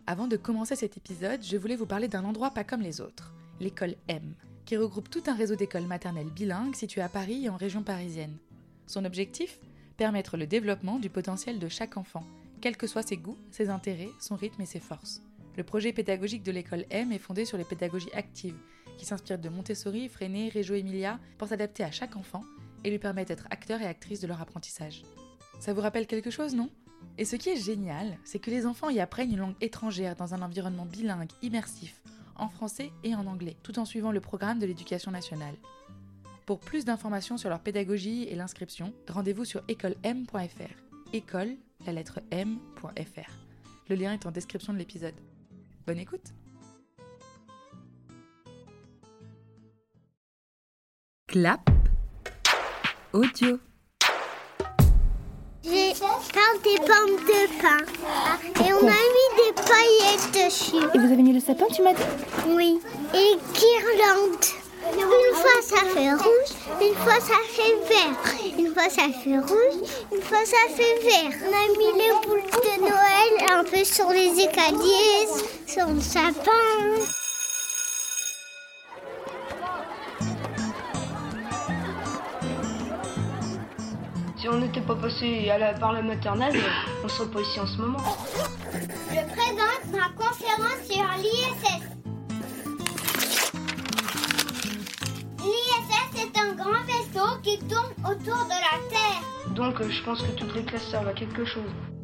Avant de commencer cet épisode, je voulais vous parler d'un endroit pas comme les autres, l'école M, qui regroupe tout un réseau d'écoles maternelles bilingues situées à Paris et en région parisienne. Son objectif ? Permettre le développement du potentiel de chaque enfant, quels que soient ses goûts, ses intérêts, son rythme et ses forces. Le projet pédagogique de l'école M est fondé sur les pédagogies actives, qui s'inspirent de Montessori, Freinet, Reggio Emilia, pour s'adapter à chaque enfant et lui permettre d'être acteur et actrice de leur apprentissage. Ça vous rappelle quelque chose, non ? Et ce qui est génial, c'est que les enfants y apprennent une langue étrangère dans un environnement bilingue, immersif, en français et en anglais, tout en suivant le programme de l'éducation nationale. Pour plus d'informations sur leur pédagogie et l'inscription, rendez-vous sur écolem.fr. École, la lettre m.fr. Le lien est en description de l'épisode. Bonne écoute. Clap audio. J'ai peint des pommes de pin et on a mis des paillettes dessus. Et vous avez mis le sapin, tu m'as dit ? Oui, et guirlandes. Une fois ça fait rouge, une fois ça fait vert. Une fois ça fait rouge, une fois ça fait vert. On a mis les boules de Noël un peu sur les escaliers, sur le sapin. Si on n'était pas passé par la maternelle, on ne serait pas ici en ce moment. Je présente ma conférence sur l'ISS. L'ISS est un grand vaisseau qui tourne autour de la Terre. Donc je pense que toutes les classes servent à quelque chose.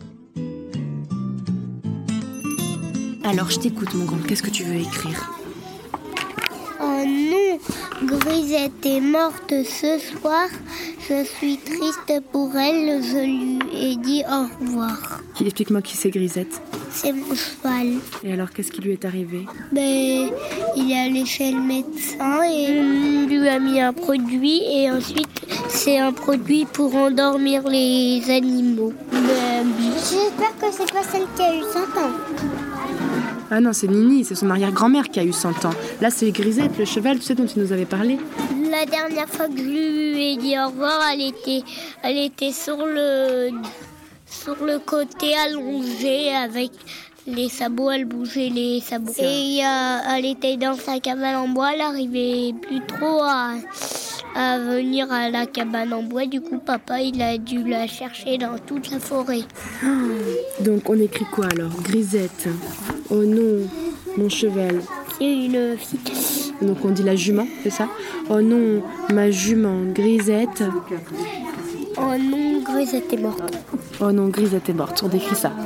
Alors je t'écoute mon grand, qu'est-ce que tu veux écrire ? Oh non, Grisette est morte ce soir. Je suis triste pour elle, je lui ai dit au revoir. Explique-moi qui c'est Grisette. C'est mon cheval. Et alors qu'est-ce qui lui est arrivé ? Il est allé chez le médecin et on lui a mis un produit et ensuite c'est un produit pour endormir les animaux. J'espère que c'est pas celle qui a eu 100 ans. Ah non, c'est Nini, c'est son arrière-grand-mère qui a eu 100 ans. Là, c'est Grisette, le cheval, tu sais, dont tu nous avais parlé. La dernière fois que je lui ai dit au revoir, elle était sur le côté allongé avec les sabots, elle bougeait les sabots. Et elle était dans sa cabane en bois, elle n'arrivait plus trop à venir à la cabane en bois. Du coup, papa, il a dû la chercher dans toute la forêt. Donc, on écrit quoi alors ? Grisette. Oh non, mon cheval. C'est une fille. Donc, on dit la jument, c'est ça ? Oh non, ma jument, Grisette. Oh non, Grisette est morte. Oh non, Grisette est morte, on décrit ça.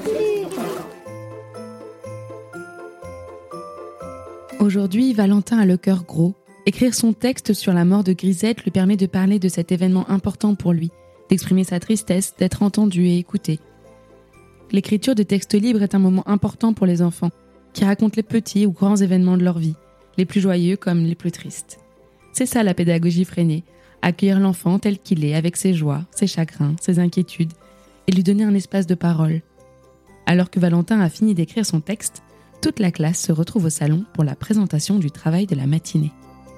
Aujourd'hui, Valentin a le cœur gros. Écrire son texte sur la mort de Grisette lui permet de parler de cet événement important pour lui, d'exprimer sa tristesse, d'être entendu et écouté. L'écriture de textes libres est un moment important pour les enfants, qui racontent les petits ou grands événements de leur vie, les plus joyeux comme les plus tristes. C'est ça la pédagogie Freinet, accueillir l'enfant tel qu'il est, avec ses joies, ses chagrins, ses inquiétudes, et lui donner un espace de parole. Alors que Valentin a fini d'écrire son texte, toute la classe se retrouve au salon pour la présentation du travail de la matinée.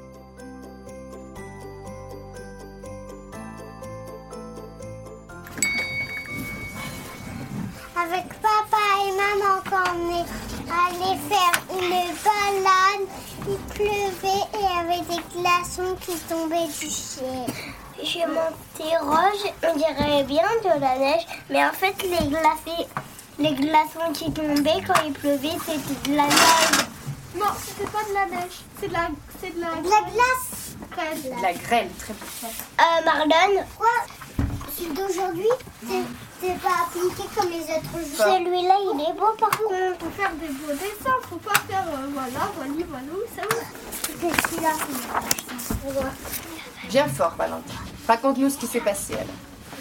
Avec papa et maman, quand on est allé faire une balade, il pleuvait et il y avait des glaçons qui tombaient du ciel. Je m'interroge, on dirait bien de la neige, mais en fait les glaçons qui tombaient quand il pleuvait, c'était de la neige. Non, c'était pas de la neige, c'est de la glace. De la grêle, très bien. Marlon, quoi ? Celui d'aujourd'hui, c'est pas appliqué comme les autres jours. Celui-là, il est beau par contre. Faut faire des beaux dessins, faut pas faire voilà, ça va. C'est celui-là. Bien fort, Valentin. Raconte-nous ce qui s'est passé alors.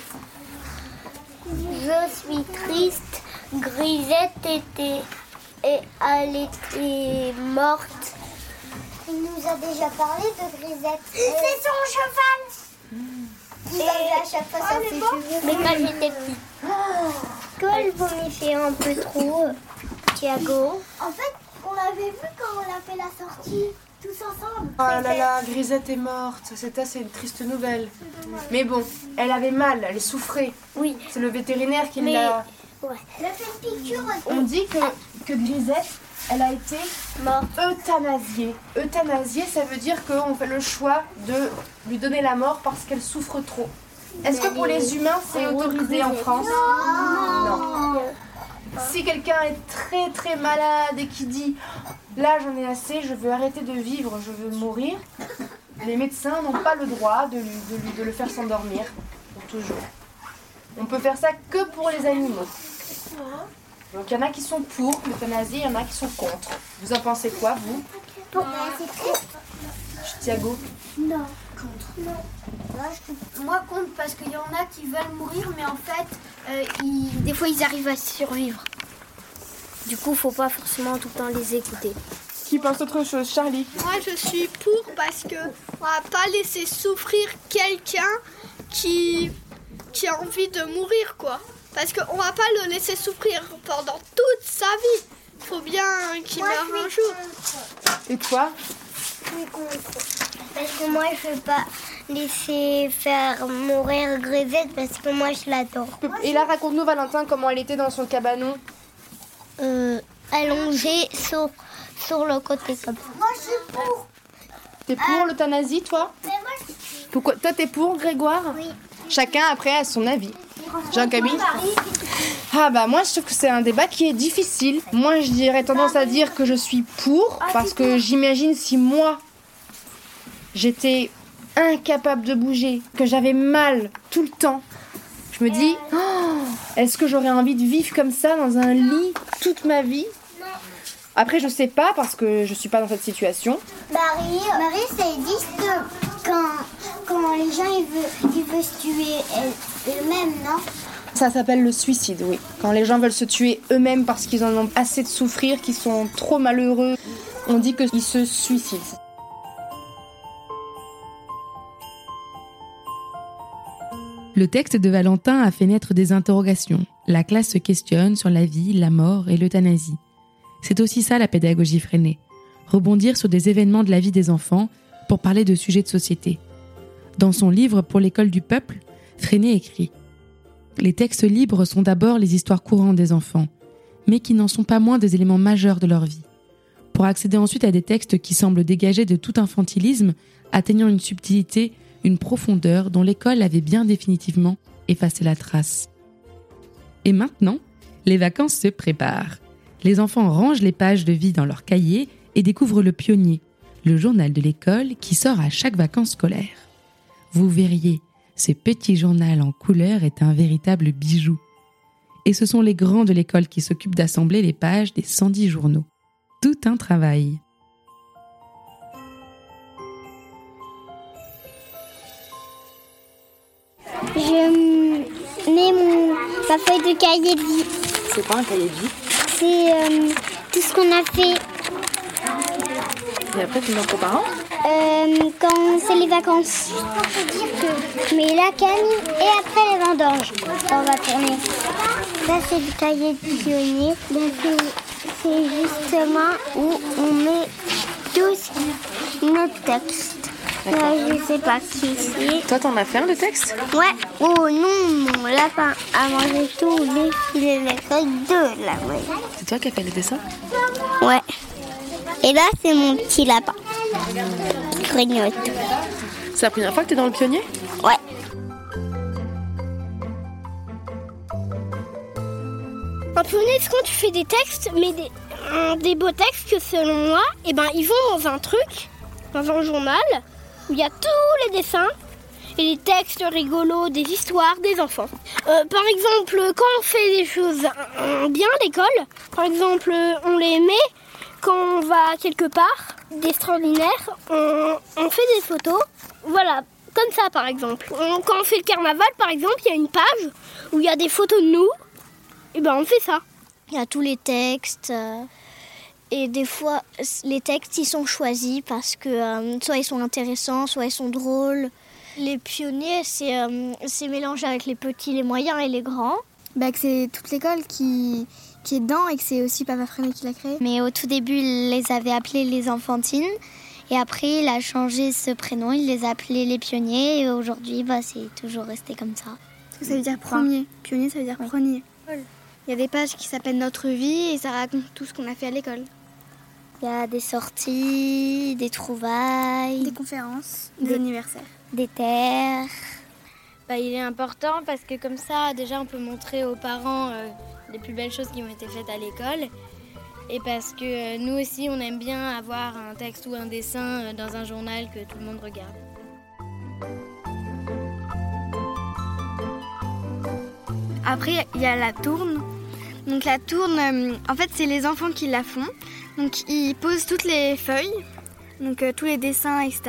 Je suis triste. Grisette elle était morte. Il nous a déjà parlé de Grisette. C'est son cheval. Il avait à chaque fois ça fait cheveux. Mais quand j'étais petite. Quand elle vomissait un peu trop, Thiago. En fait, on l'avait vu quand on a fait la sortie. Tous ensemble. Oh là là, Grisette est morte. C'est assez une triste nouvelle. Mais bon, elle avait mal, elle souffrait. Oui. C'est le vétérinaire qui l'a... Ouais. Elle a fait une piqûre. On dit que que Grisette, elle a été euthanasiée. Euthanasiée, ça veut dire qu'on fait le choix de lui donner la mort parce qu'elle souffre trop. Est-ce que pour les humains, c'est autorisé en France ? Non. Si quelqu'un est très très malade et qui dit « Là, j'en ai assez, je veux arrêter de vivre, je veux mourir », les médecins n'ont pas le droit de le faire s'endormir pour toujours. On peut faire ça que pour les animaux. Donc il y en a qui sont pour l'euthanasie, il y en a qui sont contre. Vous en pensez quoi, vous ? Thiago ? Non. Contre. Non. Moi contre parce qu'il y en a qui veulent mourir mais en fait des fois ils arrivent à survivre. Du coup faut pas forcément tout le temps les écouter. Qui pense autre chose, Charlie ? Moi je suis pour parce que on va pas laisser souffrir quelqu'un qui a envie de mourir quoi. Parce qu'on va pas le laisser souffrir pendant toute sa vie. Faut bien qu'il meure un jour. Et toi ? Je suis contre. Parce que moi je veux pas laisser faire mourir Grisette parce que moi je l'adore. Et là, raconte-nous Valentin comment elle était dans son cabanon. Allongée sur le côté comme ça. Moi je suis pour. T'es pour l'euthanasie, toi ? Mais moi Pourquoi ? Toi, t'es pour, Grégoire ? Oui. Chacun après a son avis. Jean-Camille ? Ah bah moi je trouve que c'est un débat qui est difficile. Moi je dirais tendance à dire que je suis pour parce que j'imagine si moi j'étais incapable de bouger, que j'avais mal tout le temps, je me dis est-ce que j'aurais envie de vivre comme ça dans un lit toute ma vie ? Après je sais pas parce que je suis pas dans cette situation. Marie, ça existe quand les gens ils veulent se tuer eux-mêmes, non ? Ça s'appelle le suicide, oui. Quand les gens veulent se tuer eux-mêmes parce qu'ils en ont assez de souffrir, qu'ils sont trop malheureux, on dit qu'ils se suicident. Le texte de Valentin a fait naître des interrogations. La classe se questionne sur la vie, la mort et l'euthanasie. C'est aussi ça la pédagogie freinée. Rebondir sur des événements de la vie des enfants pour parler de sujets de société. Dans son livre Pour l'école du peuple, Freinet écrit « Les textes libres sont d'abord les histoires courantes des enfants, mais qui n'en sont pas moins des éléments majeurs de leur vie. Pour accéder ensuite à des textes qui semblent dégagés de tout infantilisme, atteignant une subtilité, une profondeur dont l'école avait bien définitivement effacé la trace. Et maintenant, les vacances se préparent. Les enfants rangent les pages de vie dans leurs cahiers et découvrent le Pionnier, le journal de l'école qui sort à chaque vacances scolaires. Vous verriez, ce petit journal en couleur est un véritable bijou. Et ce sont les grands de l'école qui s'occupent d'assembler les pages des 110 journaux. Tout un travail. Je mets ma feuille de cahier de vie. C'est quoi un cahier de vie ? C'est tout ce qu'on a fait Et après, tu montres aux parents ? quand c'est les vacances. Je mets la canne et après les vendanges. On va tourner. Là, c'est le cahier de pionnier. C'est justement où on met tous nos textes. Là, je sais pas qui c'est. Toi, t'en as fait un, le texte ? Ouais. Oh non, mon lapin a mangé tous les filets de feuilles de la veille. C'est toi qui as fait le dessin ? Ouais. Et là, c'est mon petit lapin. Il grignote. C'est la première fois que t'es dans le Pionnier ? Ouais. Un pionnier, c'est quand tu fais des textes, mais des beaux textes que selon moi, ils vont dans un truc, dans un journal, où il y a tous les dessins et les textes rigolos, des histoires, des enfants. Par exemple, quand on fait des choses bien à l'école, par exemple, on les met quand on va quelque part, d'extraordinaire, on fait des photos, voilà, comme ça par exemple. Quand on fait le carnaval, par exemple, il y a une page où il y a des photos de nous, et on fait ça. Il y a tous les textes. Et des fois, les textes, ils sont choisis parce que soit ils sont intéressants, soit ils sont drôles. Les pionniers, c'est mélangé avec les petits, les moyens et les grands. Que c'est toute l'école qui est dedans et que c'est aussi Papa Freinet qui l'a créé. Mais au tout début, il les avait appelés les enfantines. Et après, il a changé ce prénom, il les a appelés les pionniers. Et aujourd'hui, c'est toujours resté comme ça. Ça veut dire premier. Pionnier, ça veut dire premier. Il y a des pages qui s'appellent Notre vie et ça raconte tout ce qu'on a fait à l'école. Il y a des sorties, des trouvailles, Des conférences, des anniversaires. des terres. Il est important parce que comme ça, déjà, on peut montrer aux parents les plus belles choses qui ont été faites à l'école. Et parce que nous aussi, on aime bien avoir un texte ou un dessin dans un journal que tout le monde regarde. Après, il y a la tourne. Donc la tourne, en fait, c'est les enfants qui la font. Donc ils posent toutes les feuilles, donc tous les dessins, etc.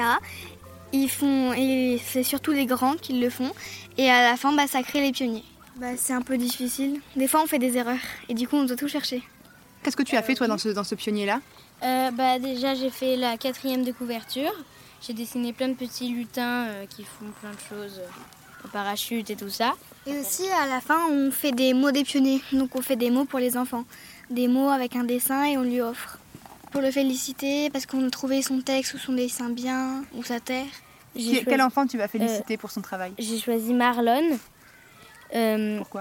Et c'est surtout les grands qui le font. Et à la fin, ça crée les pionniers. C'est un peu difficile. Des fois, on fait des erreurs. Et du coup, on doit tout chercher. Qu'est-ce que tu as fait, toi, dans ce pionnier-là ? Déjà, j'ai fait la 4e de couverture. J'ai dessiné plein de petits lutins qui font plein de choses, au parachute et tout ça. Et aussi, à la fin, on fait des mots des pionniers. Donc on fait des mots pour les enfants. Des mots avec un dessin et on lui offre. Pour le féliciter, parce qu'on a trouvé son texte ou son dessin bien, ou sa terre. Quel enfant tu vas féliciter pour son travail ? J'ai choisi Marlon. Pourquoi ?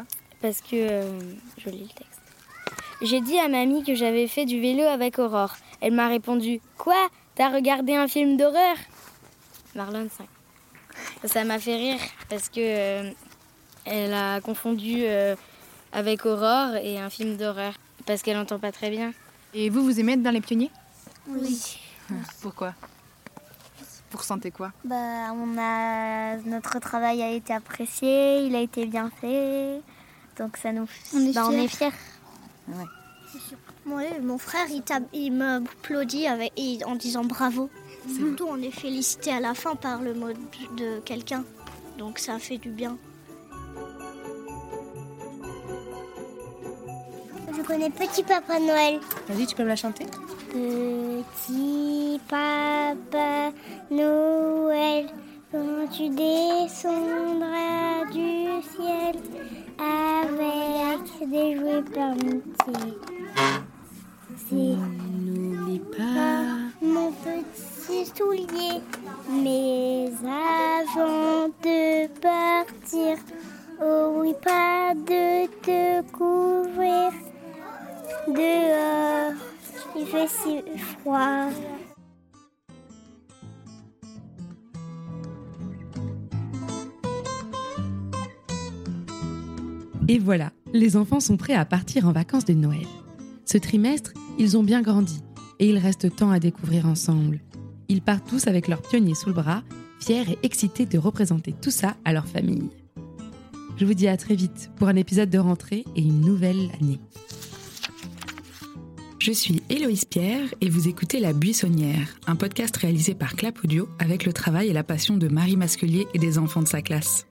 Parce que je lis le texte. J'ai dit à mamie que j'avais fait du vélo avec Aurore. Elle m'a répondu « Quoi ? T'as regardé un film d'horreur ?» Marlon 5. Ça m'a fait rire parce que elle a confondu avec Aurore et un film d'horreur parce qu'elle n'entend pas très bien. Et vous aimez être dans les pionniers ? Oui. Pourquoi ? Vous ressentez quoi ? Notre travail a été apprécié, il a été bien fait. Donc ça nous... On est fiers. Ouais, mon frère, il m'applaudit en disant bravo. Surtout, on est félicité à la fin par le mot de quelqu'un. Donc ça fait du bien. Je connais Petit Papa Noël. Vas-y, tu peux me la chanter ? Petit Papa Noël, quand tu descendras du ciel avec des jouets permutés. N'oublie pas. Mon petit soulier, mais avant de partir, oh oui, pas de te couvrir. Dehors, il fait si froid. Et voilà, les enfants sont prêts à partir en vacances de Noël. Ce trimestre, ils ont bien grandi et il reste temps à découvrir ensemble. Ils partent tous avec leurs pionniers sous le bras, fiers et excités de représenter tout ça à leur famille. Je vous dis à très vite pour un épisode de rentrée et une nouvelle année. Je suis Héloïse Pierre et vous écoutez La Buissonnière, un podcast réalisé par Clap Audio avec le travail et la passion de Marie Masculier et des enfants de sa classe.